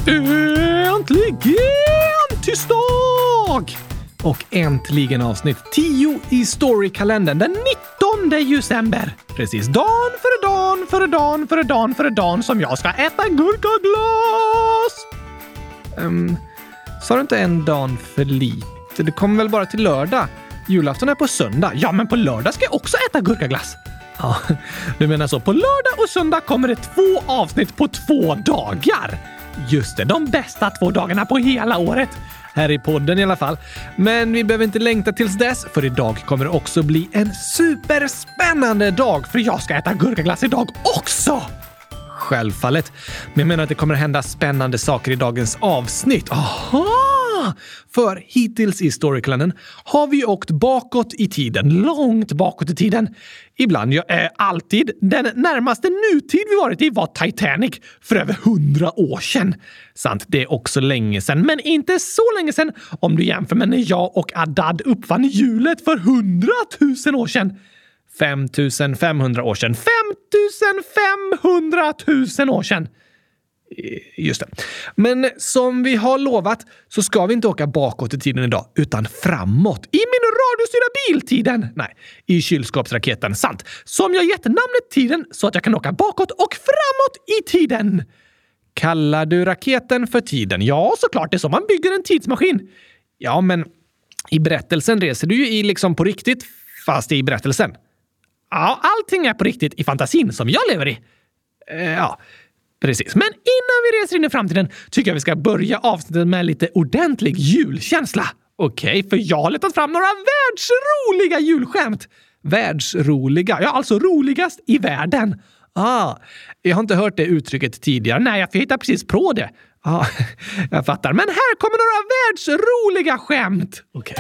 Äntligen tisdag! Och äntligen avsnitt 10 i Storykalendern den 19 december. Precis dagen före dagen som jag ska äta gurkaglass. Sa du inte en dag för lite? Det kommer väl bara till lördag? Julafton är på söndag. Ja, men på lördag ska jag också äta gurkaglass. Ja, du menar så. På lördag och söndag kommer det 2 avsnitt på 2 dagar. Just det, de bästa 2 dagarna på hela året. Här i podden i alla fall. Men vi behöver inte längta tills dess, för idag kommer det också bli en superspännande dag, för jag ska äta gurkaglass idag också! Självfallet. Men jag menar att det kommer hända spännande saker i dagens avsnitt. Aha! För hittills i Storykalendern har vi åkt bakåt i tiden, långt bakåt i tiden. Ibland, alltid. Den närmaste nutid vi varit i var Titanic för över 100 år sedan. Sant, det är också länge sedan, men inte så länge sedan om du jämför med när jag och Adad uppfann hjulet för 100 000 år sedan. 5500 år sedan. 5500 000 år sedan. Just det. Men som vi har lovat så ska vi inte åka bakåt i tiden idag, utan framåt. I min radiostyrda biltiden. Nej, i kylskåpsraketen. Sant. Som jag gett namnet tiden så att jag kan åka bakåt och framåt i tiden. Kallar du raketen för tiden? Ja, såklart. Det är så man bygger en tidsmaskin. Ja, men i berättelsen reser du ju i liksom på riktigt, fast i berättelsen. Ja, allting är på riktigt i fantasin som jag lever i. Ja, precis. Men innan vi reser in i framtiden tycker jag vi ska börja avsnittet med lite ordentlig julkänsla. Okej, för jag har letat fram några världsroliga julskämt. Världsroliga? Ja, alltså roligast i världen. Jag har inte hört det uttrycket tidigare. Nej, jag hittar precis på det. Jag fattar. Men här kommer några världsroliga skämt. Okej.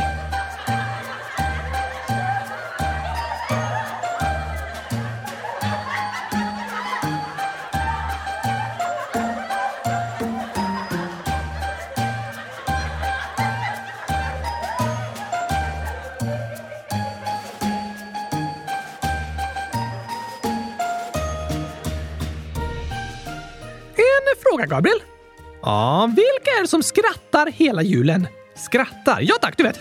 Fråga, Gabriel. Ja, vilka är det som skrattar hela julen? Skrattar? Ja tack, du vet.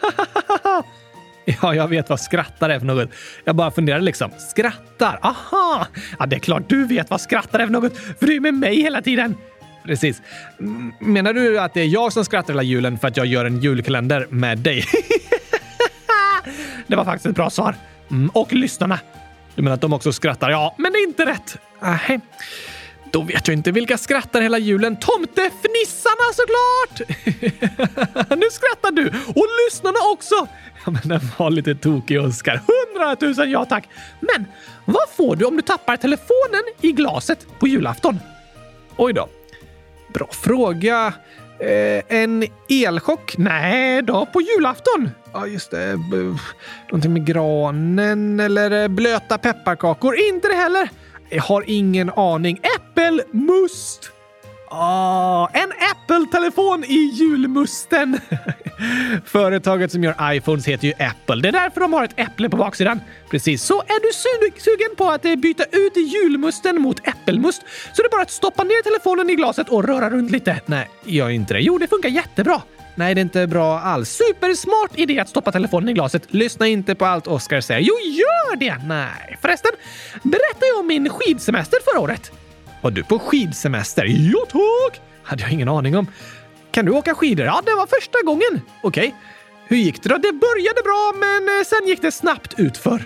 Ja, jag vet vad skrattar är för något. Jag bara funderar liksom. Skrattar? Aha! Ja, det är klart du vet vad skrattar är för något, för du är med mig hela tiden. Precis. Menar du att det är jag som skrattar hela julen för att jag gör en julkalender med dig? Det var faktiskt ett bra svar. Och lyssnarna. Du menar att de också skrattar? Ja, men det är inte rätt. Då vet jag inte vilka skrattar hela julen. Tomtefnissarna såklart! Nu skrattar du. Och lyssnarna också. Ja, men den var lite tokig, Oskar. 100 000, ja tack. Men vad får du om du tappar telefonen i glaset på julafton? Oj då. Bra fråga. En elchock? Nej då, på julafton. Ja, just det. Någonting med granen eller blöta pepparkakor. Inte det heller. Jag har ingen aning. Äppelmust! En Apple-telefon i julmusten. Företaget som gör iPhones heter ju Apple. Det är därför de har ett äpple på baksidan. Precis, så är du sugen på att byta ut julmusten mot äppelmust så det är bara att stoppa ner telefonen i glaset och röra runt lite. Nej, jag är inte det. Jo, det funkar jättebra. Nej, det är inte bra alls. Supersmart idé att stoppa telefonen i glaset. Lyssna inte på allt Oskar säger. Jo, gör det! Nej. Förresten, berättade jag om min skidsemester förra året. Var du på skidsemester? Ja, tack! Hade jag ingen aning om. Kan du åka skidor? Ja, det var första gången. Okej. Hur gick det då? Det började bra, men sen gick det snabbt utför.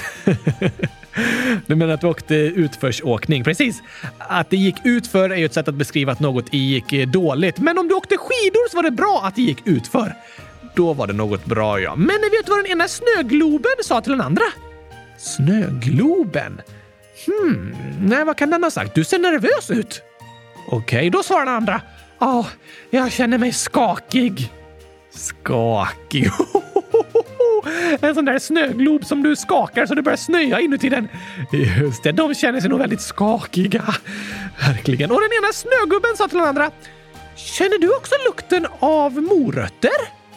Du menar att du åkte utförsåkning? Precis. Att det gick utför är ju ett sätt att beskriva att något gick dåligt. Men om du åkte skidor så var det bra att det gick utför. Då var det något bra, ja. Men vet du vad den ena snögloben sa till den andra? Snögloben? Nej, vad kan den ha sagt? Du ser nervös ut. Okej, då svarar den andra. Jag känner mig skakig. Skakig? En sån där snöglob som du skakar så det börjar snöa inuti den. Just det, de känner sig nog väldigt skakiga. Verkligen. Och den ena snögubben sa till den andra: känner du också lukten av morötter?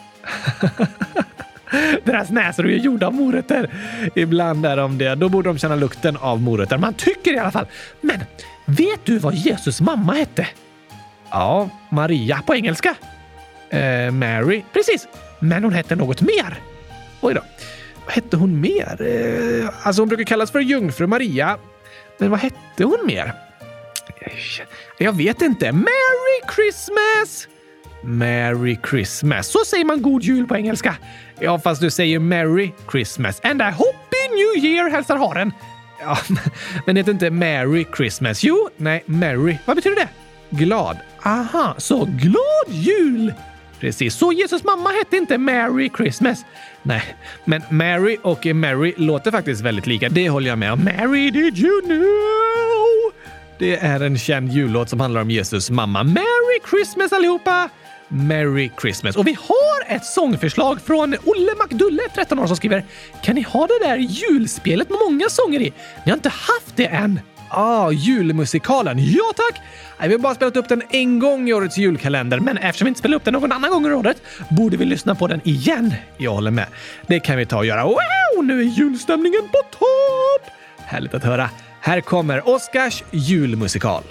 Deras näsor är ju gjorda av morötter. Ibland är de det. Då borde de känna lukten av morötter. Man tycker i alla fall. Men vet du vad Jesus mamma hette? Ja, Maria på engelska. Mary, precis. Men hon hette något mer. Oj då. Vad hette hon mer? Alltså hon brukar kallas för Jungfru Maria. Men vad hette hon mer? Jag vet inte. Merry Christmas! Merry Christmas. Så säger man god jul på engelska. Ja, fast du säger Merry Christmas. And I hope New Year, hälsar haren. Ja, men det är inte Merry Christmas. Jo, nej, Merry. Vad betyder det? Glad. Aha, så glad jul! Precis, så Jesus mamma hette inte Merry Christmas. Nej, men Mary och Mary låter faktiskt väldigt lika. Det håller jag med om. Mary, did you know? Det är en känd jullåt som handlar om Jesus mamma. Merry Christmas allihopa! Merry Christmas. Och vi har ett sångförslag från Olle McDulle, 13 år, som skriver: kan ni ha det där julspelet med många sånger i? Ni har inte haft det än. Julmusikalen. Ja tack! Vi har bara spelat upp den en gång i årets julkalender, men eftersom vi inte spelar upp den någon annan gång i året borde vi lyssna på den igen. Jag håller med. Det kan vi ta och göra. Wow, nu är julstämningen på topp! Härligt att höra. Här kommer Oscars julmusikal.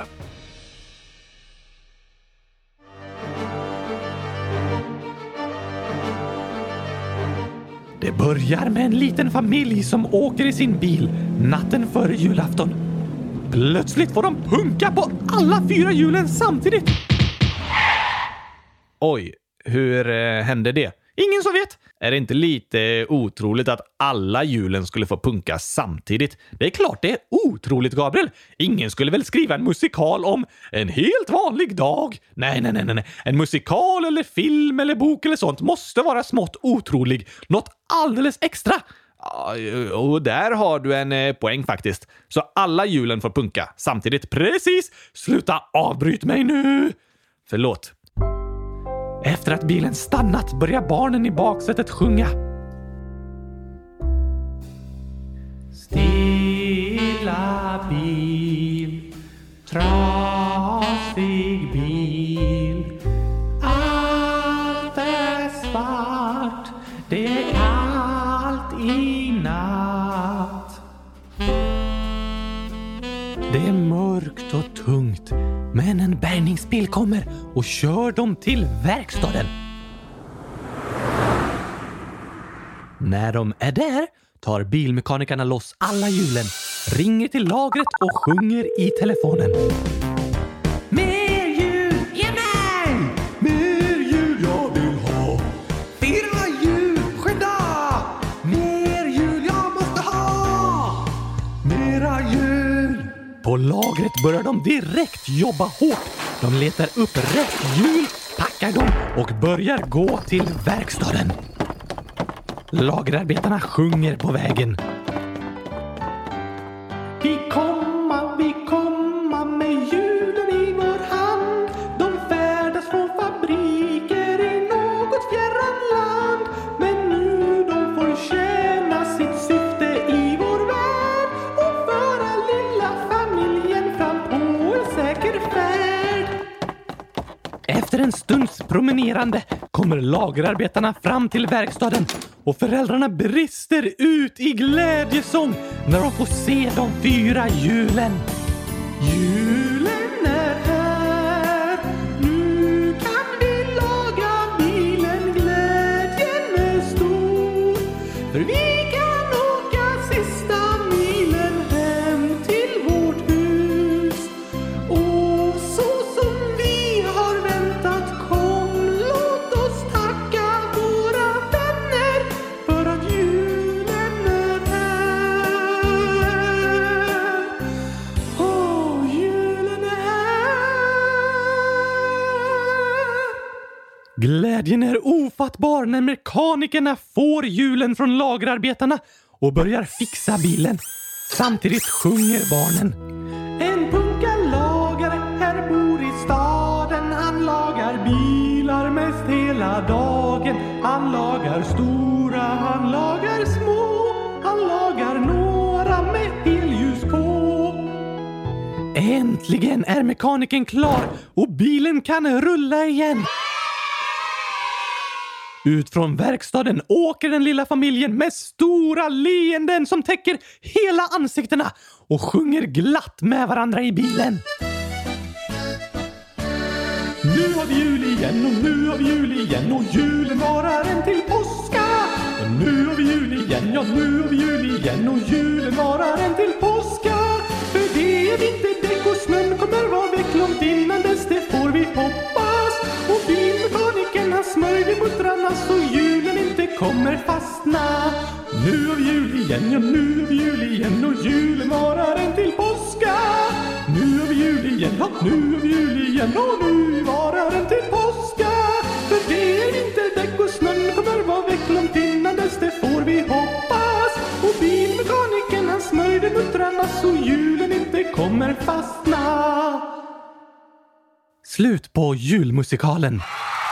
Det börjar med en liten familj som åker i sin bil natten före julafton. Plötsligt får de punka på alla 4 hjulen samtidigt. Oj, hur hände det? Ingen som vet. Är det inte lite otroligt att alla hjulen skulle få punka samtidigt? Det är klart det är otroligt, Gabriel. Ingen skulle väl skriva en musikal om en helt vanlig dag? Nej. En musikal eller film eller bok eller sånt måste vara smått otrolig. Något alldeles extra. Och där har du en poäng faktiskt. Så alla hjulen får punka samtidigt. Precis! Sluta avbryt mig nu! Förlåt. Efter att bilen stannat börjar barnen i baksätet sjunga. Stilla bil, trasig bil, allt är svart, det är kallt i natt. Det är mörkt och tungt, men en bärgningsbil kommer och kör dem till verkstaden. När de är där tar bilmekanikerna loss alla hjulen, ringer till lagret och sjunger i telefonen. Mer hjul, ge mig! Mer hjul jag vill ha! 4 hjul, skynda! Mer hjul jag måste ha! Mera hjul! På lagret börjar de direkt jobba hårt. De letar upp rätt hjul, packar dem och börjar gå till verkstaden. Lagerarbetarna sjunger på vägen. Vi komma med hjulen i vår hand. De färdas från fabriker i något fjärran land. Men nu de får tjäna sitt syfte i vår värld och föra lilla familjen fram på en säker färd. Efter en stunds promenerande kommer lagerarbetarna fram till verkstaden och föräldrarna brister ut i glädjesång när de får se de 4 hjulen. Julen är här, nu kan vi laga bilen, glädjen är stor. För vi kan åka sista milen hem till vårt hus. Och så som vi har väntat, kom, låt oss tacka våra vänner för att julen är här. Åh, julen är här. Glädjen är ofattbar när mekanikerna får hjulen från lagerarbetarna och börjar fixa bilen. Samtidigt sjunger barnen. En punkalagare här bor i staden. Han lagar bilar mest hela dagen. Han lagar stora, han lagar små. Han lagar några med elljus på. Äntligen är mekaniken klar och bilen kan rulla igen. Ut från verkstaden åker den lilla familjen med stora leenden som täcker hela ansiktena och sjunger glatt med varandra i bilen. nu har vi jul igen och nu har vi jul igen och julen varar en till påska. Och nu har vi jul igen, ja nu har vi jul igen och julen varar en till påska. För det är vinterdäck och snön kommer vara väck långt innan dess, det får vi hoppas. Och bilmekaniken har smörjt i muttrarna så julen inte kommer fastna. Nu har vi jul igen, ja nu har vi jul igen och julen varar en till påska. Nu har vi jul igen, ja nu har vi jul igen och nu varar en till påska. För det är vinterdäck och snön kommer vara väck långt innan dess, det får vi hoppas. Och bilmekaniken han smörjde muttrarna så julen inte kommer fastna. Slut på julmusikalen.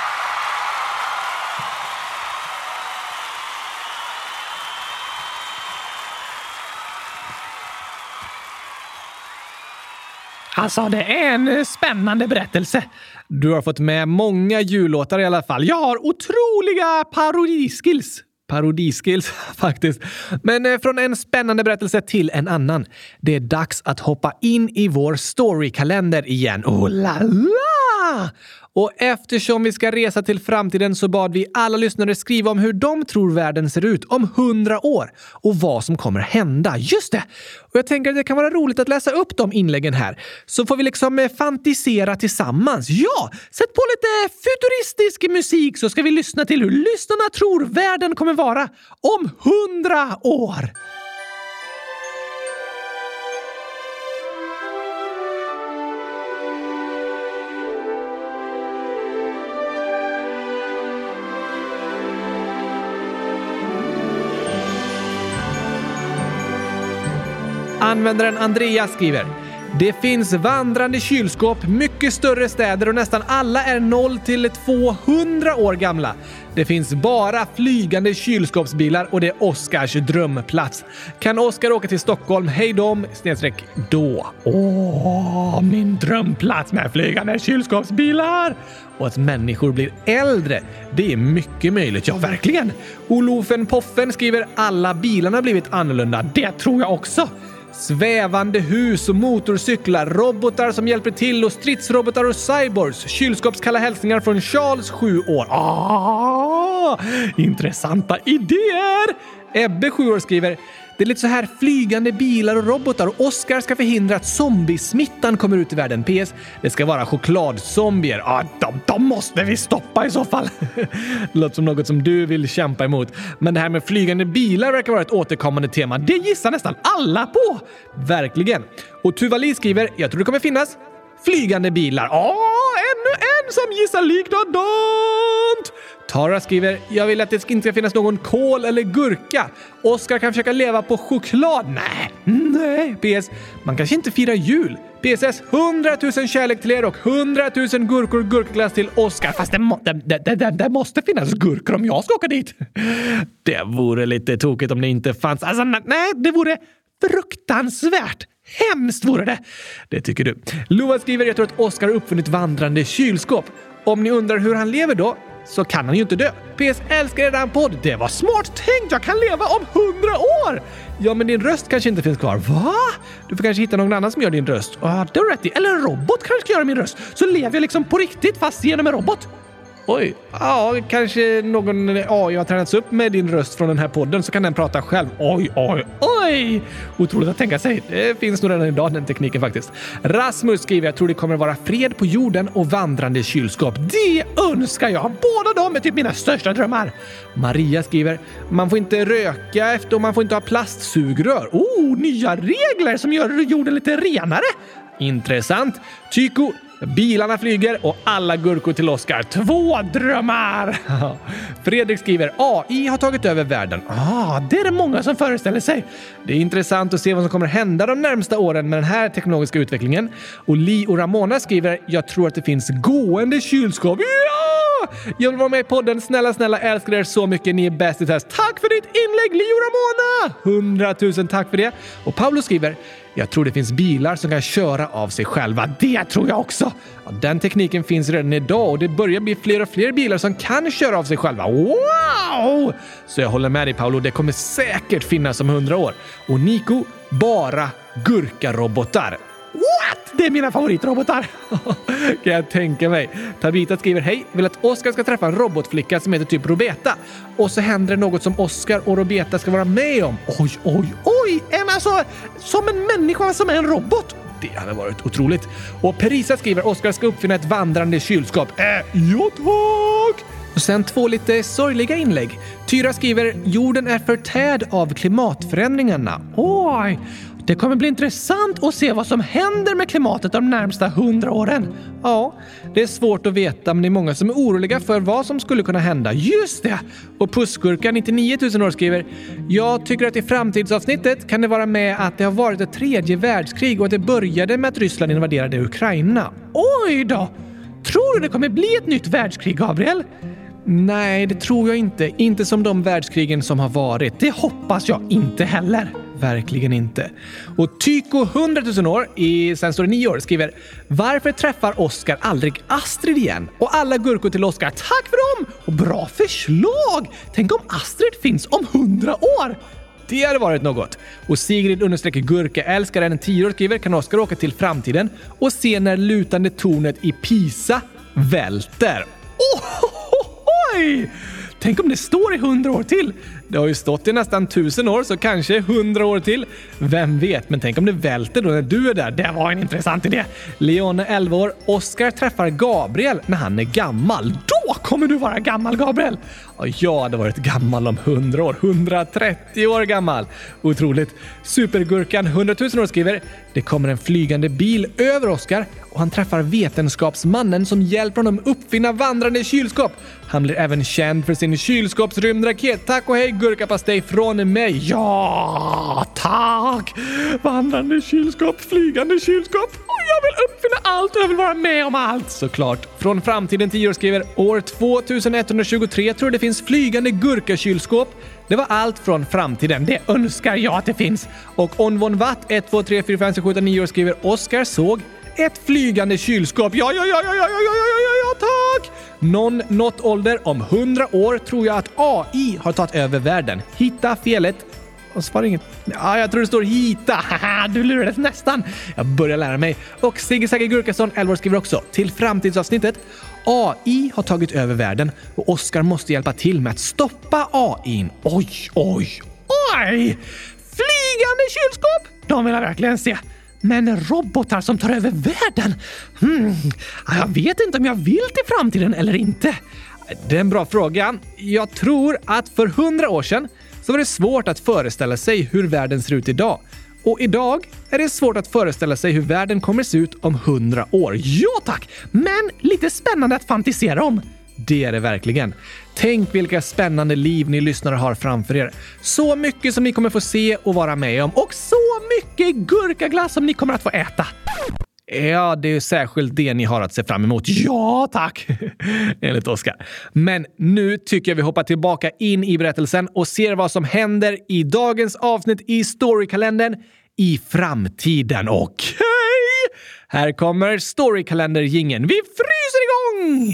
Alltså, det är en spännande berättelse. Du har fått med många jullåtar i alla fall. Jag har otroliga parodiskills faktiskt. Men från en spännande berättelse till en annan. Det är dags att hoppa in i vår storykalender igen. Oh la la! Och eftersom vi ska resa till framtiden så bad vi alla lyssnare skriva om hur de tror världen ser ut om 100 år och vad som kommer hända. Just det! Och jag tänker att det kan vara roligt att läsa upp de inläggen här. Så får vi liksom fantisera tillsammans. Ja! Sätt på lite futuristisk musik så ska vi lyssna till hur lyssnarna tror världen kommer vara om 100 år. Användaren Andreas skriver: det finns vandrande kylskåp, mycket större städer och nästan alla är 0 till 200 år gamla. Det finns bara flygande kylskåpsbilar och det är Oskars drömplats. Kan Oskar åka till Stockholm? Hej då. Åh, min drömplats med flygande kylskåpsbilar! Och att människor blir äldre, det är mycket möjligt, ja verkligen. Olofen Poffen skriver: alla bilarna har blivit annorlunda, det tror jag också. Svävande hus och motorcyklar, robotar som hjälper till och stridsrobotar och cyborgs. Kylskåpskalla hälsningar från Charles, 7 år. Intressanta idéer! Ebbe, 7 år, skriver: det är lite så här flygande bilar och robotar och Oskar ska förhindra att zombiesmittan kommer ut i världen. PS, det ska vara chokladzombier. De måste vi stoppa i så fall. Det låter som något som du vill kämpa emot. Men det här med flygande bilar verkar vara ett återkommande tema. Det gissar nästan alla på. Verkligen. Och Tuvali skriver: jag tror det kommer finnas flygande bilar. Ännu en som gissar likadant. Tara skriver: jag vill att det inte ska finnas någon kål eller gurka. Oskar kan försöka leva på choklad. Nej. PS, man kanske inte firar jul. PSS, 100 000 kärlek till er och 100 000 gurkaglass till Oskar. Fast det måste finnas gurkor om jag ska åka dit. Det vore lite tokigt om det inte fanns. Alltså, nej, det vore fruktansvärt. Hemskt vore det. Det tycker du. Lova skriver: jag tror att Oskar har uppfunnit vandrande kylskåp. Om ni undrar hur han lever då, så kan han ju inte dö. PS, älskar redan podd. Det var smart tänkt. Jag kan leva om 100 år. Ja, men din röst kanske inte finns kvar. Va? Du får kanske hitta någon annan som gör din röst. Det är rätt. Eller en robot kanske ska göra min röst. Så lever jag liksom på riktigt fast genom en robot. Oj, kanske någon AI har tränats upp med din röst från den här podden så kan den prata själv. Oj! Otroligt att tänka sig. Det finns nog redan idag den tekniken faktiskt. Rasmus skriver: jag tror det kommer vara fred på jorden och vandrande kylskåp. Det önskar jag. Båda dem är typ mina största drömmar. Maria skriver: man får inte röka efter och man får inte ha plastsugrör. Nya regler som gör jorden lite renare. Intressant. Tyko: bilarna flyger och alla gurkor till Oskar. 2 drömmar! Fredrik skriver: AI har tagit över världen. Det är det många som föreställer sig. Det är intressant att se vad som kommer hända de närmsta åren med den här teknologiska utvecklingen. Och Li och Ramona skriver: jag tror att det finns gående kylskåp. Ja! Jag vill vara med i podden. Snälla, älskar er så mycket. Ni är bäst i test. Tack för ditt inlägg, Li och Ramona! 100 000 tack för det. Och Paolo skriver: jag tror det finns bilar som kan köra av sig själva. Det tror jag också. Den tekniken finns redan idag och det börjar bli fler och fler bilar som kan köra av sig själva. Wow! Så jag håller med dig, Paolo. Det kommer säkert finnas om 100 år. Och Nico, bara gurkarobotar. Wow! What? Det är mina favoritrobotar. Kan jag tänka mig. Tabita skriver: hej, vill att Oscar ska träffa en robotflicka som heter typ Robeta. Och så händer det något som Oscar och Robeta ska vara med om. Oj. Alltså, som en människa som är en robot. Det hade varit otroligt. Och Perisa skriver: Oscar ska uppfinna ett vandrande kylskåp. Ja tack! Och sen 2 lite sorgliga inlägg. Tyra skriver: jorden är förtärd av klimatförändringarna. Oj, det kommer bli intressant att se vad som händer med klimatet de närmsta 100 åren. Ja, det är svårt att veta, men det är många som är oroliga för vad som skulle kunna hända. Just det! Och Pussgurka 99 000 år skriver: jag tycker att i framtidsavsnittet kan det vara med att det har varit ett 3:e världskrig och att det började med att Ryssland invaderade Ukraina. Oj då! Tror du det kommer bli ett nytt världskrig, Gabriel? Nej, det tror jag inte. Inte som de världskrigen som har varit. Det hoppas jag inte heller. Verkligen inte. Och Tyko 100 000 år, sen står det 9 år, skriver: varför träffar Oscar aldrig Astrid igen? Och alla gurkor till Oscar, tack för dem! Och bra förslag! Tänk om Astrid finns om 100 år! Det hade varit något. Och Sigrid_Gurka älskar en 10 år skriver: kan Oscar åka till framtiden och se när lutande tornet i Pisa välter? Oj! Tänk om det står i 100 år till. Det har ju stått i nästan 1000 år, så kanske 100 år till. Vem vet, men tänk om det välter då när du är där. Det var en intressant idé. Leone 11 år. Oscar träffar Gabriel när han är gammal. Då kommer du vara gammal, Gabriel. Jag hade varit gammal om 100 år. 130 år gammal. Otroligt. Supergurkan 100 000 år skriver: det kommer en flygande bil över Oscar och han träffar vetenskapsmannen som hjälper honom uppfinna vandrande kylskåp. Han blir även känd för sin kylskåpsrymdraket. Tack och hej, gurkapastej från mig. Ja, tack! Vandrande kylskåp, flygande kylskåp. Jag vill uppfinna allt och jag vill vara med om allt. Såklart. Från framtiden 10 år skriver: år 2123 tror det finns flygande gurkakylskåp. Det var allt från framtiden. Det önskar jag att det finns. Och Onvon Watt 1, 2, 3, 4, 5, 6, 7, 8, 9 år skriver: Oscar såg ett flygande kylskåp. Ja, tack! Något ålder om 100 år tror jag att AI har tagit över världen. Hitta felet. Och svar inget. Ja, jag tror det står hita. Haha, du lurades nästan. Jag börjar lära mig. Och Sigge Sagge Gurkasson 11 år skriver också: till framtidsavsnittet: AI har tagit över världen och Oscar måste hjälpa till med att stoppa AI:n. Oj! Flygande kylskåp! De vill jag verkligen se. Men robotar som tar över världen? Jag vet inte om jag vill till framtiden eller inte. Det är en bra fråga. Jag tror att för 100 år sedan så var det svårt att föreställa sig hur världen ser ut idag. Och idag är det svårt att föreställa sig hur världen kommer se ut om 100 år. Ja tack! Men lite spännande att fantisera om. Det är det verkligen. Tänk vilka spännande liv ni lyssnare har framför er. Så mycket som ni kommer få se och vara med om. Och så mycket gurkaglass som ni kommer att få äta. Ja, det är särskilt det ni har att se fram emot. Ja, tack! Enligt Oscar. Men nu tycker jag vi hoppar tillbaka in i berättelsen och ser vad som händer i dagens avsnitt i Storykalendern i framtiden. Okej! Här kommer Storykalender-jingeln. Vi fryser igång!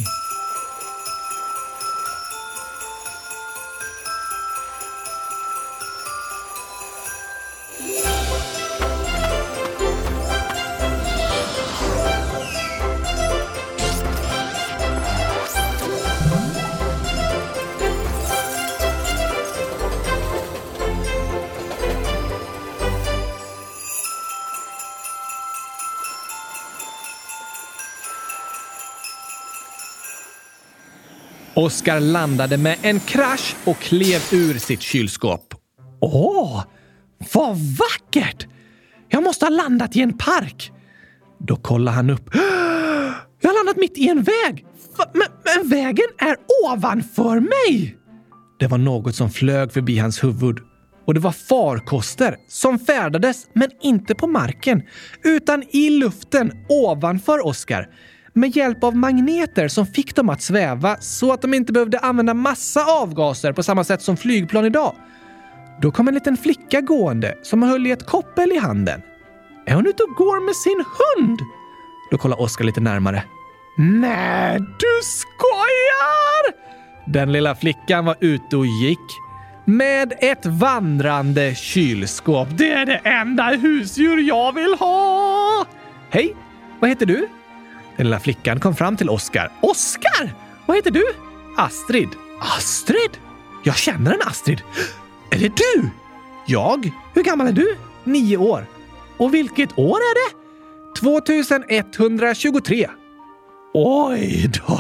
Oscar landade med en krasch och klev ur sitt kylskåp. Vad vackert! Jag måste ha landat i en park. Då kollar han upp. Jag har landat mitt i en väg. Men vägen är ovanför mig. Det var något som flög förbi hans huvud. Och det var farkoster som färdades, men inte på marken, utan i luften ovanför Oscar. Med hjälp av magneter som fick dem att sväva så att de inte behövde använda massa avgaser på samma sätt som flygplan idag. Då kom en liten flicka gående som höll i ett koppel i handen. Är hon ute och går med sin hund? Då kollar Oscar lite närmare. Nej, du skojar! Den lilla flickan var ute och gick med ett vandrande kylskåp. Det är det enda husdjur jag vill ha! Hej, vad heter du? Den lilla flickan kom fram till Oskar. Oskar! Vad heter du? Astrid. Astrid? Jag känner en Astrid. Är det du? Jag? Hur gammal är du? 9 år. Och vilket år är det? 2123. Oj då!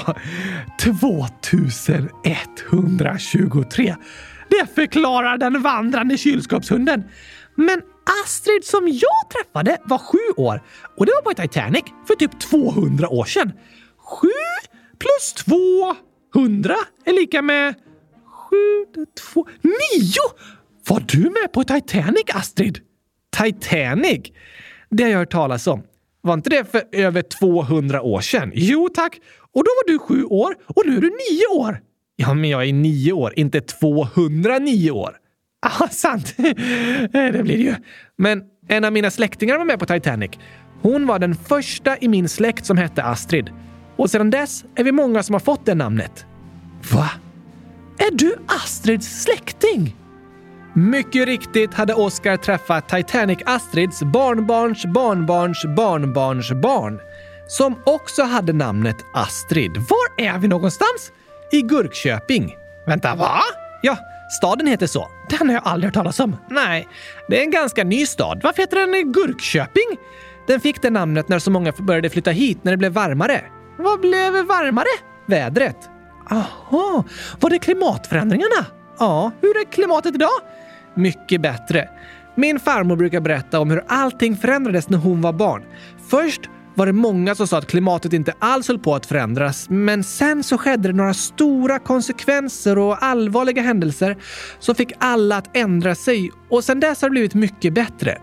2123. Det förklarar den vandrande kylskåpshunden. Men Astrid som jag träffade var 7 år. Och det var på Titanic för typ 200 år sedan. 7 plus 200 är lika med 7, 2, 9! Var du med på Titanic, Astrid? Titanic? Det har jag hört talas om. Var inte det för över 200 år sedan? Jo tack. Och då var du 7 år och nu är du 9 år. Ja, men jag är 9 år, inte 209 år. Ah, sant. Det blir det ju. Men en av mina släktingar var med på Titanic. Hon var den första i min släkt som hette Astrid. Och sedan dess är vi många som har fått det namnet. Va? Är du Astrids släkting? Mycket riktigt hade Oskar träffat Titanic Astrids barnbarns barnbarns barnbarns barn. Som också hade namnet Astrid. Var är vi någonstans? I Gurkköping. Vänta, va? Ja, staden heter så. Den har jag aldrig hört talas om. Nej, det är en ganska ny stad. Varför heter den Gurkköping? Den fick det namnet när så många började flytta hit när det blev varmare. Vad blev varmare? Vädret. Aha, var det klimatförändringarna? Ja, hur är klimatet idag? Mycket bättre. Min farmor brukar berätta om hur allting förändrades när hon var barn. Först var det många som sa att klimatet inte alls höll på att förändras, men sen så skedde det några stora konsekvenser och allvarliga händelser som fick alla att ändra sig, och sen dess har det blivit mycket bättre.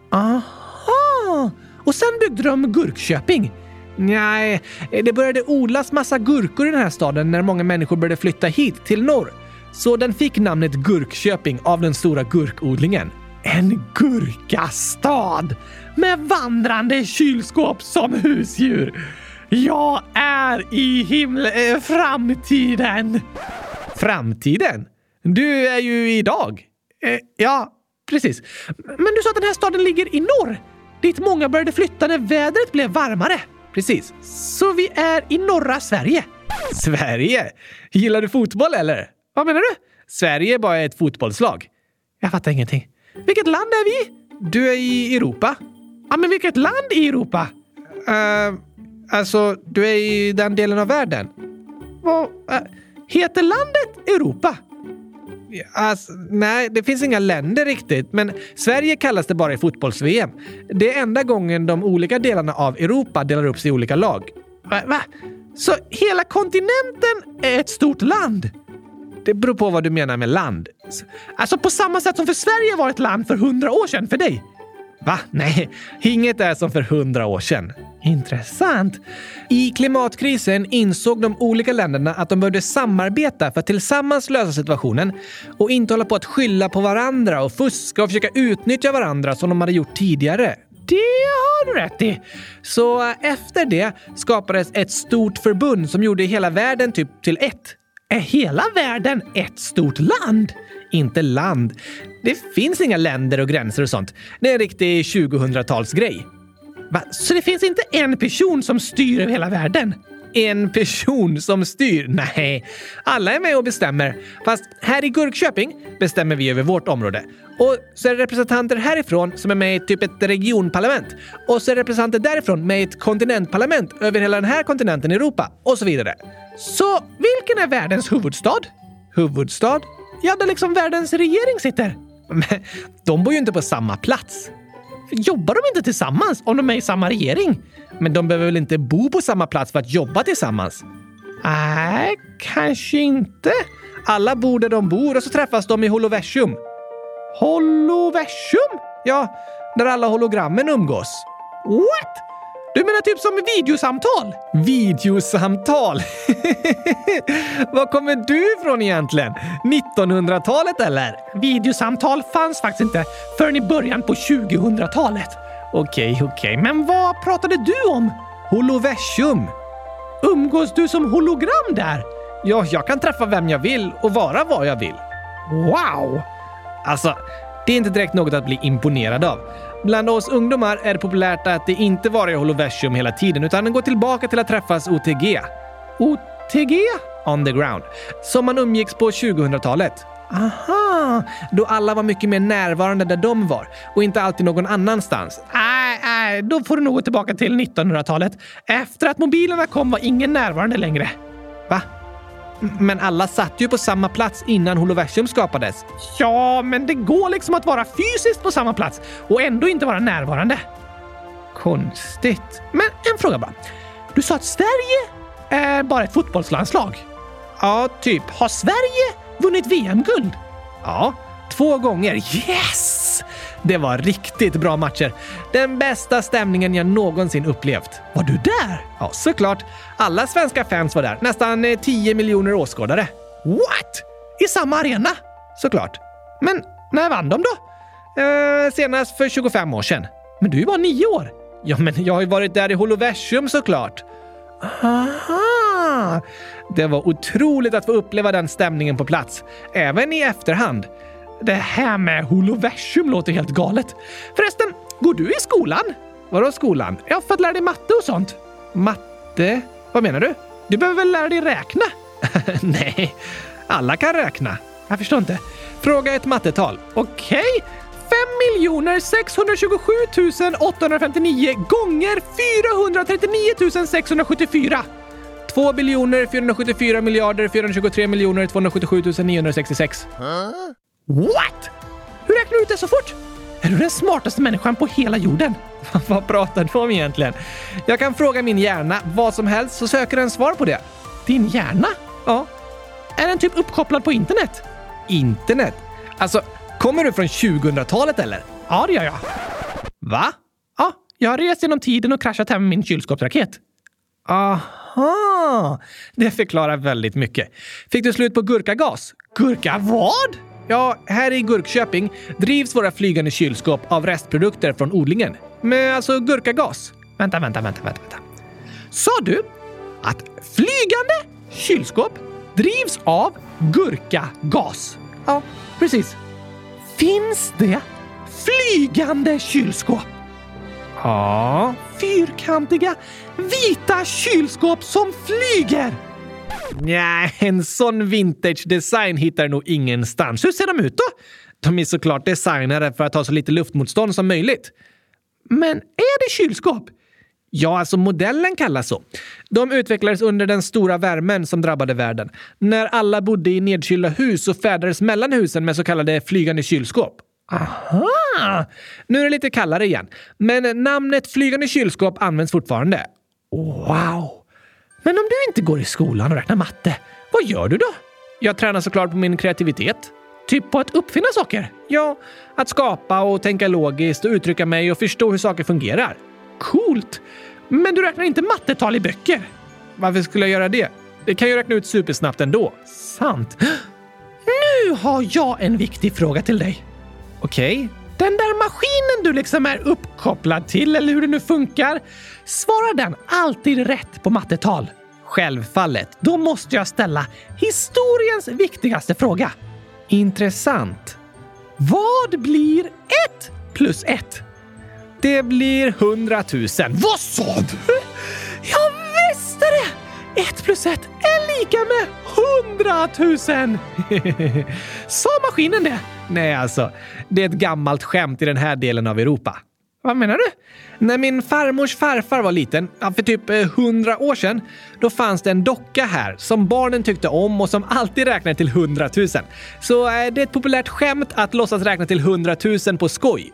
Aha! Och sen byggde de Gurkköping. Nej, det började odlas massa gurkor i den här staden när många människor började flytta hit till norr. Så den fick namnet Gurkköping av den stora gurkodlingen. En gurkastad med vandrande kylskåp som husdjur. Jag är i framtiden. Framtiden? Du är ju idag. Ja, precis. Men du sa att den här staden ligger i norr. Dit många började flytta när vädret blev varmare. Precis. Så vi är i norra Sverige. Sverige? Gillar du fotboll eller? Vad menar du? Sverige är bara ett fotbollslag. Jag fattar ingenting. Vilket land är vi? Du är i Europa. Ja, men vilket land i Europa? Alltså, du är i den delen av världen. Vad heter landet Europa? Alltså, nej, det finns inga länder riktigt. Men Sverige kallas det bara i fotbolls-VM. Det är enda gången de olika delarna av Europa delar upp sig i olika lag. Va? Så hela kontinenten är ett stort land? Det beror på vad du menar med land. Alltså på samma sätt som för Sverige var ett land för 100 år sedan för dig. Va? Nej, inget är som för 100 år sedan. Intressant. I klimatkrisen insåg de olika länderna att de behövde samarbeta för att tillsammans lösa situationen och inte hålla på att skylla på varandra och fuska och försöka utnyttja varandra som de hade gjort tidigare. Det har du rätt i. Så efter det skapades ett stort förbund som gjorde hela världen typ till ett. Är hela världen ett stort land? Inte land. Det finns inga länder och gränser och sånt. Det är en riktig 2000-talsgrej. Va? Så det finns inte en person som styr över hela världen? En person som styr? Nej, alla är med och bestämmer. Fast här i Gurkköping bestämmer vi över vårt område. Och så är det representanter härifrån som är med i typ ett regionparlament. Och så är det representanter därifrån med i ett kontinentparlament över hela den här kontinenten i Europa. Och så vidare. Så vilken är världens huvudstad? Huvudstad? Ja, där liksom världens regering sitter. Men de bor ju inte på samma plats. Jobbar de inte tillsammans om de är i samma regering? Men de behöver väl inte bo på samma plats för att jobba tillsammans? Nej, kanske inte. Alla bor där de bor och så träffas de i holoversum. Holoversum? Ja, där alla hologrammen umgås. What? Du menar typ som videosamtal? Videosamtal? Var kommer du ifrån egentligen? 1900-talet eller? Videosamtal fanns faktiskt inte förrän i början på 2000-talet. Okej. Men vad pratade du om? Holoversum. Umgås du som hologram där? Ja, jag kan träffa vem jag vill och vara vad jag vill. Wow! Alltså, det är inte direkt något att bli imponerad av. Bland oss ungdomar är det populärt att det inte vara i holoversum hela tiden utan gå tillbaka till att träffas OTG. OTG? On the ground. Som man umgicks på 2000-talet. Aha, då alla var mycket mer närvarande där de var och inte alltid någon annanstans. Nej, då får du nog gå tillbaka till 1900-talet. Efter att mobilerna kom var ingen närvarande längre. Va? Men alla satt ju på samma plats innan holoversum skapades. Ja, men det går liksom att vara fysiskt på samma plats och ändå inte vara närvarande. Konstigt. Men en fråga bara. Du sa att Sverige är bara ett fotbollslandslag. Ja, typ. Har Sverige vunnit VM-guld? Ja, 2 gånger. Yes! Det var riktigt bra matcher. Den bästa stämningen jag någonsin upplevt. Var du där? Ja, såklart. Alla svenska fans var där. Nästan 10 miljoner åskådare. What? I samma arena? Såklart. Men när vann de då? Senast för 25 år sedan. Men du är ju bara 9 år. Ja, men jag har ju varit där i holoversum såklart. Aha! Det var otroligt att få uppleva den stämningen på plats. Även i efterhand. Det här med holoversum låter helt galet. Förresten, går du i skolan? Vadå skolan? Jag för att lära dig matte och sånt. Matte? Vad menar du? Du behöver väl lära dig räkna? Nej, alla kan räkna. Jag förstår inte. Fråga ett mattetal. Okej. 5,627 859 gånger 439 674. 2 474 423 277 966. What? Hur räknar du ut det så fort? Är du den smartaste människan på hela jorden? Vad pratar du om egentligen? Jag kan fråga min hjärna vad som helst så söker den svar på det. Din hjärna? Ja. Är den typ uppkopplad på internet? Internet? Alltså, kommer du från 2000-talet eller? Ja, det gör jag. Va? Ja, jag har rest genom tiden och kraschat hem med min kylskåpsraket. Aha! Det förklarar väldigt mycket. Fick du slut på gurkagas? Gurka vad? Ja, här i Gurkköping drivs våra flygande kylskåp av restprodukter från odlingen. Med alltså gurkagas. Vänta. Sa du att flygande kylskåp drivs av gurkagas? Ja, precis. Finns det flygande kylskåp? Ja, fyrkantiga, vita kylskåp som flyger. Nej, en sån vintage design hittar nog ingenstans. Hur ser de ut då? De är såklart designade för att ha så lite luftmotstånd som möjligt. Men är det kylskåp? Ja, alltså modellen kallas så. De utvecklades under den stora värmen som drabbade världen. När alla bodde i nedkylda hus så färdades mellan husen med så kallade flygande kylskåp. Aha! Nu är det lite kallare igen. Men namnet flygande kylskåp används fortfarande. Wow! Men om du inte går i skolan och räknar matte, vad gör du då? Jag tränar såklart på min kreativitet. Typ på att uppfinna saker. Ja, att skapa och tänka logiskt och uttrycka mig och förstå hur saker fungerar. Coolt! Men du räknar inte mattetal i böcker. Varför skulle jag göra det? Det kan ju räkna ut supersnabbt ändå. Sant. Nu har jag en viktig fråga till dig. Okej. Den där maskinen du liksom är uppkopplad till, eller hur det nu funkar, svarar den alltid rätt på mattetal? Självfallet. Då måste jag ställa historiens viktigaste fråga. Intressant. Vad blir 1 plus 1? Det blir 100 000. Vad sa du? Jag visste det! 1 plus 1 är lika med 100 000. Sa maskinen det? Nej, alltså. Det är ett gammalt skämt i den här delen av Europa. Vad menar du? När min farmors farfar var liten, för typ 100 år sedan, då fanns det en docka här som barnen tyckte om och som alltid räknade till 100 000. Så det är ett populärt skämt att låtsas räkna till 100 000 på skoj.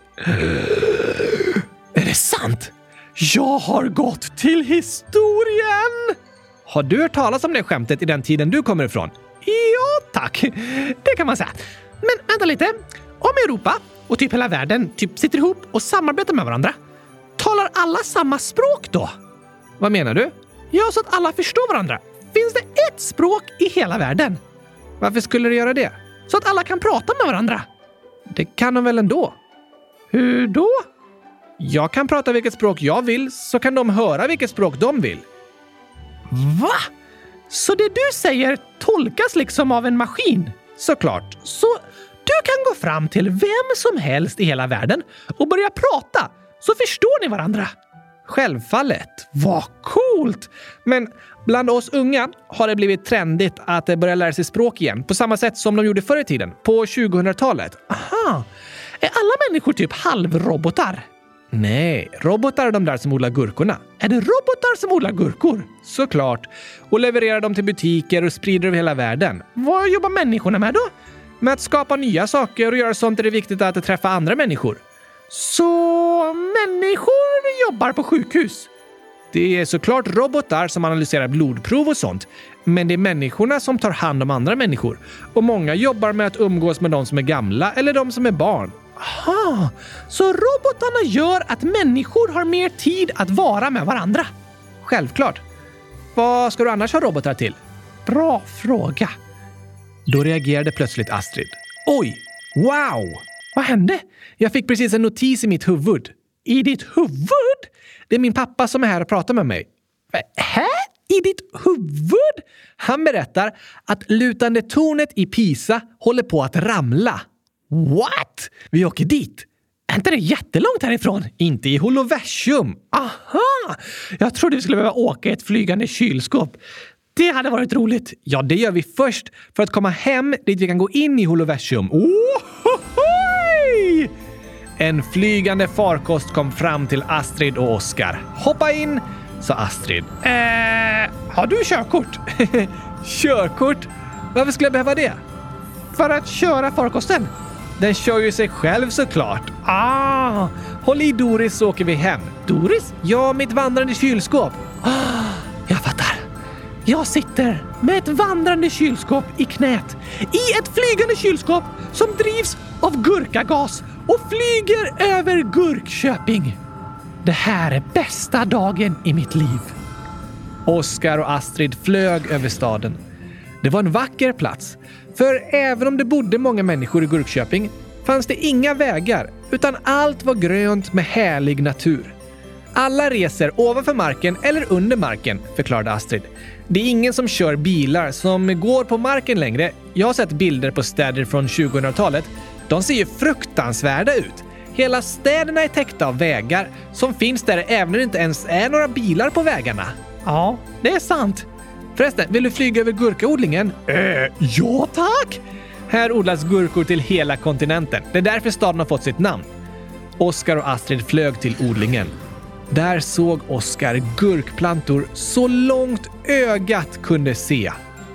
Är det sant? Jag har gått till historien! Har du hört talas om det skämtet i den tiden du kommer ifrån? Ja, tack. Det kan man säga. Men vänta lite. Om Europa och typ hela världen typ sitter ihop och samarbetar med varandra, talar alla samma språk då? Vad menar du? Ja, så att alla förstår varandra. Finns det ett språk i hela världen? Varför skulle det göra det? Så att alla kan prata med varandra. Det kan de väl ändå? Hur då? Jag kan prata vilket språk jag vill, så kan de höra vilket språk de vill. Va? Så det du säger tolkas liksom av en maskin? Såklart. Så Du kan gå fram till vem som helst i hela världen och börja prata, så förstår ni varandra. Självfallet. Vad coolt! Men bland oss unga har det blivit trendigt att börja lära sig språk igen, på samma sätt som de gjorde förr i tiden, på 2000-talet. Aha! Är alla människor typ halvrobotar? Nej, robotar är de där som odlar gurkorna. Är det robotar som odlar gurkor? Såklart. Och levererar dem till butiker och sprider över hela världen. Vad jobbar människorna med då? Med att skapa nya saker och göra sånt där det är viktigt att träffa andra människor. Så människor jobbar på sjukhus? Det är såklart robotar som analyserar blodprov och sånt. Men det är människorna som tar hand om andra människor. Och många jobbar med att umgås med de som är gamla eller de som är barn. Aha, så robotarna gör att människor har mer tid att vara med varandra? Självklart. Vad ska du annars ha robotar till? Bra fråga. Då reagerade plötsligt Astrid. Oj, wow! Vad hände? Jag fick precis en notis i mitt huvud. I ditt huvud? Det är min pappa som är här och pratar med mig. I ditt huvud? Han berättar att lutande tornet i Pisa håller på att ramla. What? Vi åker dit. Är inte det jättelångt härifrån? Inte i holoversum. Aha! Jag trodde vi skulle behöva åka i ett flygande kylskåp. Det hade varit roligt. Ja, det gör vi först för att komma hem dit vi kan gå in i holoversum. Ohohoj! En flygande farkost kom fram till Astrid och Oskar. Hoppa in, sa Astrid. Har du körkort? Körkort? Varför skulle jag behöva det? För att köra farkosten. Den kör ju sig själv såklart. Håll i Doris så åker vi hem. Doris? Ja, mitt vandrande kylskåp. Jag fattar. Jag sitter med ett vandrande kylskåp i knät. I ett flygande kylskåp som drivs av gurkagas och flyger över Gurkköping. Det här är bästa dagen i mitt liv. Oskar och Astrid flög över staden. Det var en vacker plats. För även om det bodde många människor i Gurkköping fanns det inga vägar, utan allt var grönt med härlig natur. Alla reser ovanför marken eller under marken, förklarade Astrid. Det är ingen som kör bilar som går på marken längre. Jag har sett bilder på städer från 2000-talet. De ser ju fruktansvärda ut. Hela städerna är täckta av vägar som finns där även när det inte ens är några bilar på vägarna. Ja, det är sant. Förresten, vill du flyga över gurkaodlingen? Ja tack! Här odlas gurkor till hela kontinenten. Det är därför staden har fått sitt namn. Oskar och Astrid flög till odlingen. Där såg Oskar gurkplantor så långt ögat kunde se.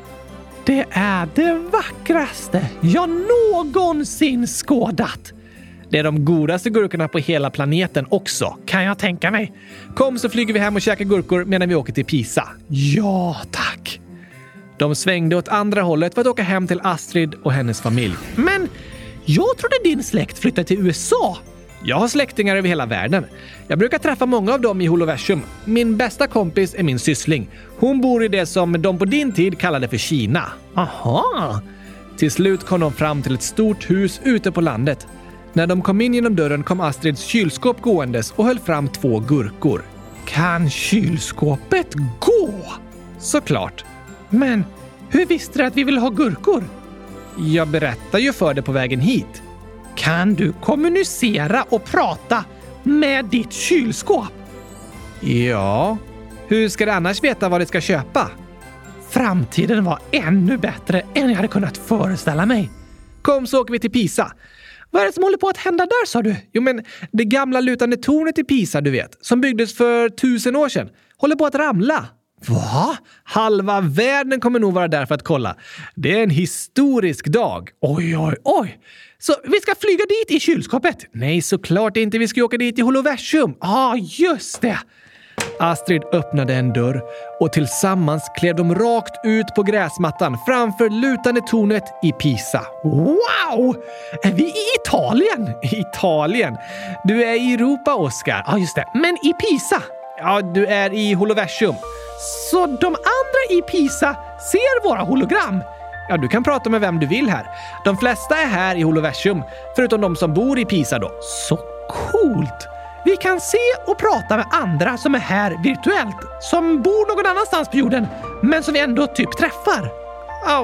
Det är det vackraste jag någonsin skådat. Det är de godaste gurkorna på hela planeten också, kan jag tänka mig. Kom så flyger vi hem och käkar gurkor medan vi åker till Pisa. Ja, tack. De svängde åt andra hållet för att åka hem till Astrid och hennes familj. Men jag trodde din släkt flyttade till USA. Jag har släktingar över hela världen. Jag brukar träffa många av dem i holoversum. Min bästa kompis är min syssling. Hon bor i det som de på din tid kallade för Kina. Aha! Till slut kom de fram till ett stort hus ute på landet. När de kom in genom dörren kom Astrids kylskåp gåendes och höll fram 2 gurkor. Kan kylskåpet gå? Såklart. Men hur visste du att vi vill ha gurkor? Jag berättar ju för dig på vägen hit. Kan du kommunicera och prata med ditt kylskåp? Ja. Hur ska du annars veta vad det ska köpa? Framtiden var ännu bättre än jag hade kunnat föreställa mig. Kom så åker vi till Pisa. Vad är det som håller på att hända där, sa du? Jo, men det gamla lutande tornet i Pisa, du vet, som byggdes för 1000 år sedan, håller på att ramla. Va? Halva världen kommer nog vara där för att kolla. Det är en historisk dag. Oj, oj, oj. Så vi ska flyga dit i kylskåpet? Nej, såklart inte. Vi ska åka dit i holoversum. Just det. Astrid öppnade en dörr och tillsammans klev de rakt ut på gräsmattan framför lutande tornet i Pisa. Wow! Är vi i Italien? Italien? Du är i Europa, Oskar. Ja, just det. Men i Pisa? Ja, du är i holoversum. Så de andra i Pisa ser våra hologram? Ja, du kan prata med vem du vill här. De flesta är här i holoversum, förutom de som bor i Pisa då. Så coolt! Vi kan se och prata med andra som är här virtuellt, som bor någon annanstans på jorden, men som vi ändå typ träffar. Ja,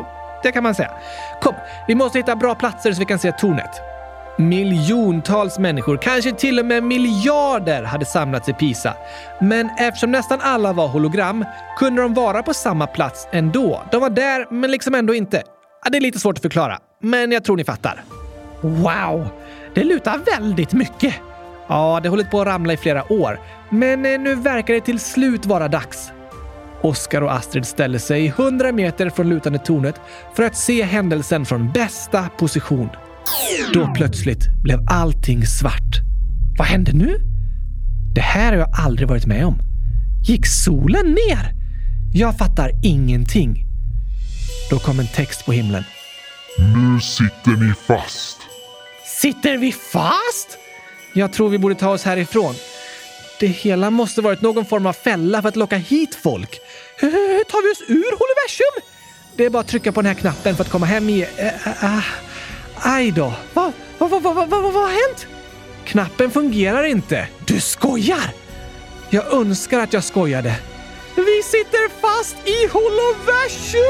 det kan man säga. Kom, vi måste hitta bra platser så vi kan se tornet. Miljontals människor, kanske till och med miljarder, hade samlats i Pisa. Men eftersom nästan alla var hologram kunde de vara på samma plats ändå. De var där, men liksom ändå inte. Ja, det är lite svårt att förklara, men jag tror ni fattar. Wow, det lutar väldigt mycket. Ja, det har hållit på att ramla i flera år. Men nu verkar det till slut vara dags. Oscar och Astrid ställer sig 100 meter från lutande tornet för att se händelsen från bästa position. Då plötsligt blev allting svart. Vad hände nu? Det här har jag aldrig varit med om. Gick solen ner? Jag fattar ingenting. Då kom en text på himlen. Nu sitter ni fast. Sitter vi fast? Jag tror vi borde ta oss härifrån. Det hela måste varit någon form av fälla för att locka hit folk. Hur tar vi oss ur holoversum? Det är bara att trycka på den här knappen för att komma hem i... Aj då. Vad har hänt? Knappen fungerar inte. Du skojar! Jag önskar att jag skojade. Vi sitter fast i holoversum!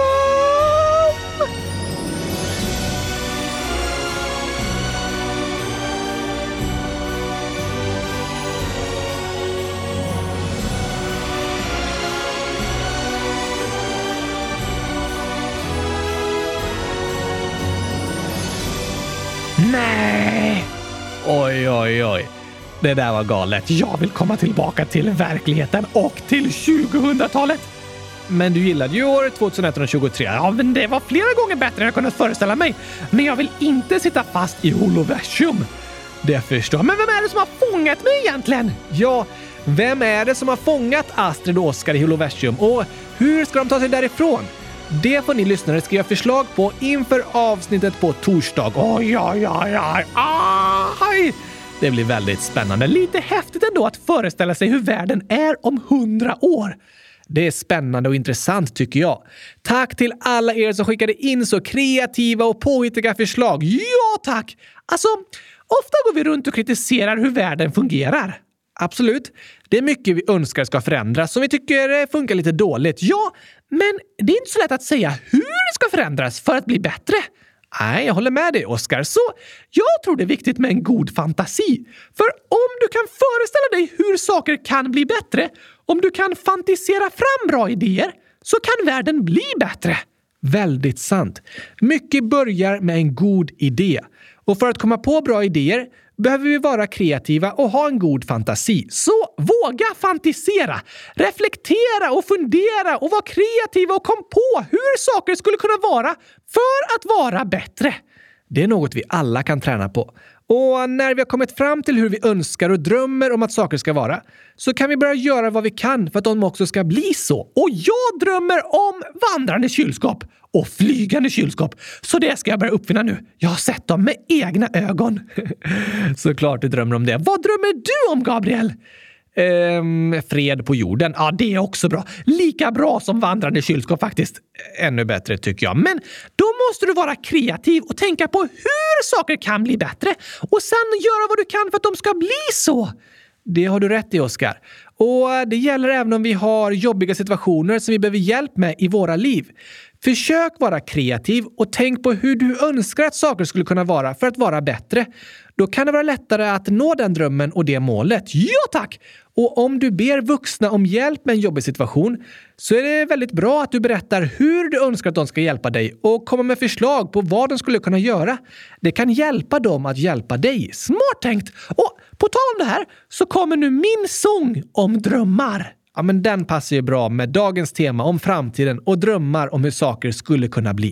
Nej! Oj. Det där var galet. Jag vill komma tillbaka till verkligheten och till 2000-talet. Men du gillade ju år 2123. Ja, men det var flera gånger bättre än jag kunnat föreställa mig. Men jag vill inte sitta fast i holoversum. Det förstår. Men vem är det som har fångat mig egentligen? Ja, vem är det som har fångat Astrid och Oscar i holoversum? Och hur ska de ta sig därifrån? Det får ni lyssnare skriva förslag på inför avsnittet på torsdag. Aj! Det blir väldigt spännande. Lite häftigt ändå att föreställa sig hur världen är om 100 år. Det är spännande och intressant tycker jag. Tack till alla er som skickade in så kreativa och påhittiga förslag. Ja, tack! Alltså, ofta går vi runt och kritiserar hur världen fungerar. Absolut. Det är mycket vi önskar ska förändras som vi tycker funkar lite dåligt. Ja, men det är inte så lätt att säga hur det ska förändras för att bli bättre. Nej, jag håller med dig, Oscar. Så jag tror det är viktigt med en god fantasi. För om du kan föreställa dig hur saker kan bli bättre, om du kan fantisera fram bra idéer, så kan världen bli bättre. Väldigt sant. Mycket börjar med en god idé. Och för att komma på bra idéer behöver vi vara kreativa och ha en god fantasi. Så våga fantisera, reflektera och fundera och vara kreativa och kom på hur saker skulle kunna vara för att vara bättre. Det är något vi alla kan träna på. Och när vi har kommit fram till hur vi önskar och drömmer om att saker ska vara, så kan vi börja göra vad vi kan för att de också ska bli så. Och jag drömmer om vandrande kylskåp och flygande kylskåp. Så det ska jag börja uppfinna nu. Jag har sett dem med egna ögon. Såklart du drömmer om det. Vad drömmer du om, Gabriel? Fred på jorden. Ja, det är också bra. Lika bra som vandrande kylskåp faktiskt. Ännu bättre tycker jag. Men då måste du vara kreativ och tänka på hur saker kan bli bättre. Och sen göra vad du kan för att de ska bli så. Det har du rätt i, Oscar. Och det gäller även om vi har jobbiga situationer som vi behöver hjälp med i våra liv. Försök vara kreativ och tänk på hur du önskar att saker skulle kunna vara för att vara bättre. Då kan det vara lättare att nå den drömmen och det målet. Ja, tack! Och om du ber vuxna om hjälp med en jobbig situation så är det väldigt bra att du berättar hur du önskar att de ska hjälpa dig och komma med förslag på vad de skulle kunna göra. Det kan hjälpa dem att hjälpa dig. Smart tänkt! Och på tal om det här så kommer nu min sång om drömmar. Ja, men den passar ju bra med dagens tema om framtiden och drömmar om hur saker skulle kunna bli.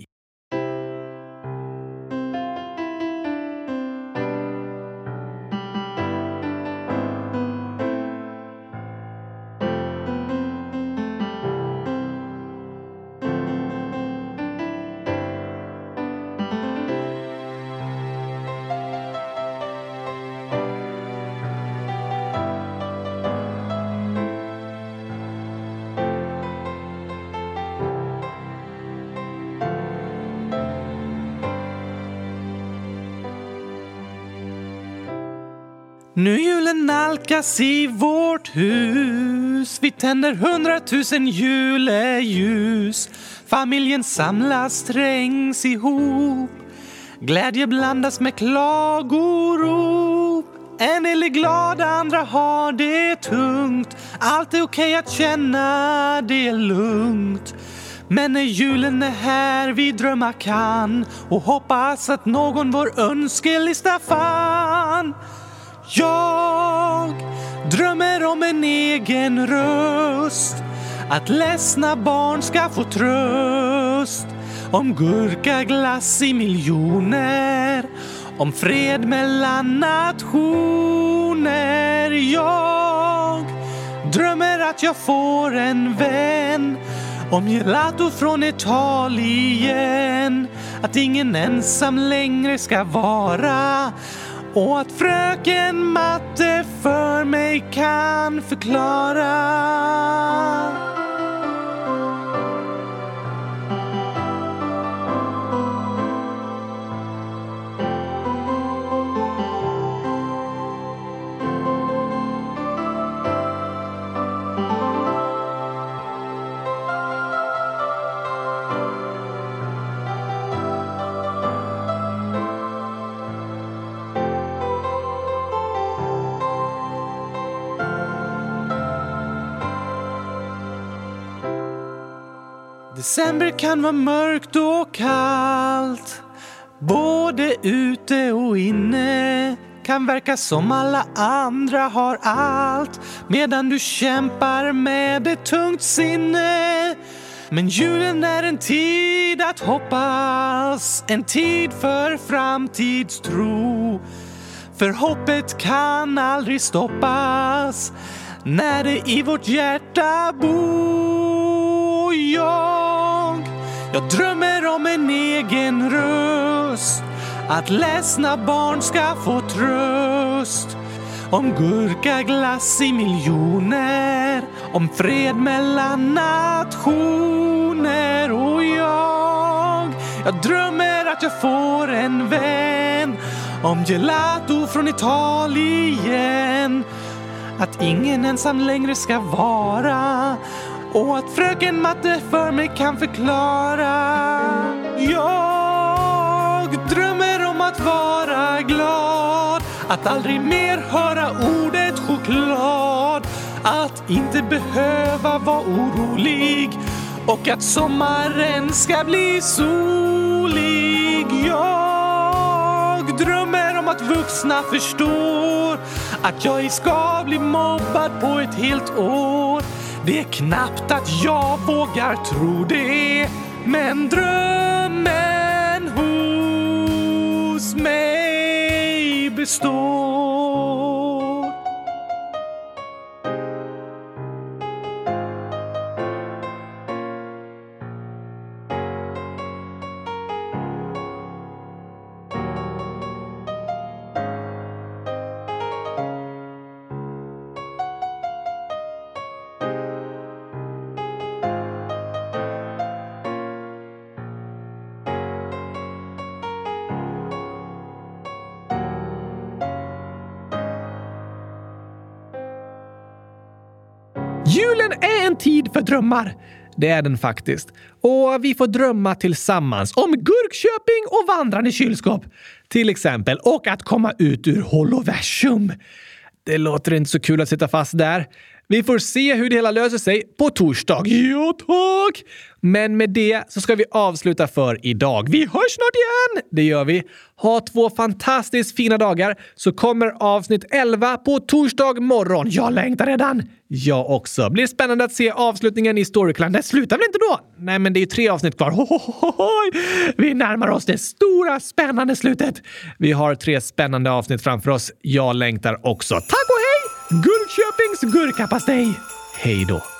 Nu julen nalkas i vårt hus. hus, vi tänder 100 000 juleljus. Familjen samlas, trängs ihop. Glädje blandas med klagorop. En del är glada, andra har det tungt. Allt är okej att känna det lugnt. Men när julen är här vi drömma kan och hoppas att någon vår önskelista fann. Jag drömmer om en egen röst, att ledsna barn ska få tröst. Om gurkaglass i miljoner, om fred mellan nationer. Jag drömmer att jag får en vän, om gelato från Italien. Att ingen ensam längre ska vara, och att fröken matte för mig kan förklara. December kan vara mörkt och kallt, både ute och inne. Kan verka som alla andra har allt, medan du kämpar med ett tungt sinne. Men julen är en tid att hoppas, en tid för framtidstro. För hoppet kan aldrig stoppas när det i vårt hjärta bor. Jag drömmer om en egen röst, att ledsna barn ska få tröst. Om gurkaglass i miljoner, om fred mellan nationer. Och jag drömmer att jag får en vän, om gelato från Italien. Att ingen ensam längre ska vara, och att fröken matte för mig kan förklara. Jag drömmer om att vara glad, att aldrig mer höra ordet choklad. Att inte behöva vara orolig, och att sommaren ska bli solig. Jag drömmer om att vuxna förstår att jag ska bli mobbad på ett helt år. Det är knappt att jag vågar tro det, men drömmen hos mig består. Julen är en tid för drömmar. Det är den faktiskt. Och vi får drömma tillsammans om gurkköping och vandrande kylskåp. Till exempel. Och att komma ut ur holoversum. Det låter inte så kul att sitta fast där. Vi får se hur det hela löser sig på torsdag. Ja, tack! Men med det så ska vi avsluta för idag. Vi hörs snart igen! Det gör vi. Ha 2 fantastiskt fina dagar, så kommer avsnitt 11 på torsdag morgon. Jag längtar redan. Jag också. Blir spännande att se avslutningen i Storyclan. Det slutar väl inte då? Nej, men det är ju 3 avsnitt kvar. Vi närmar oss det stora spännande slutet. Vi har 3 spännande avsnitt framför oss. Jag längtar också. Tack och hej! Gurkköpings gurkapastej. Hej då.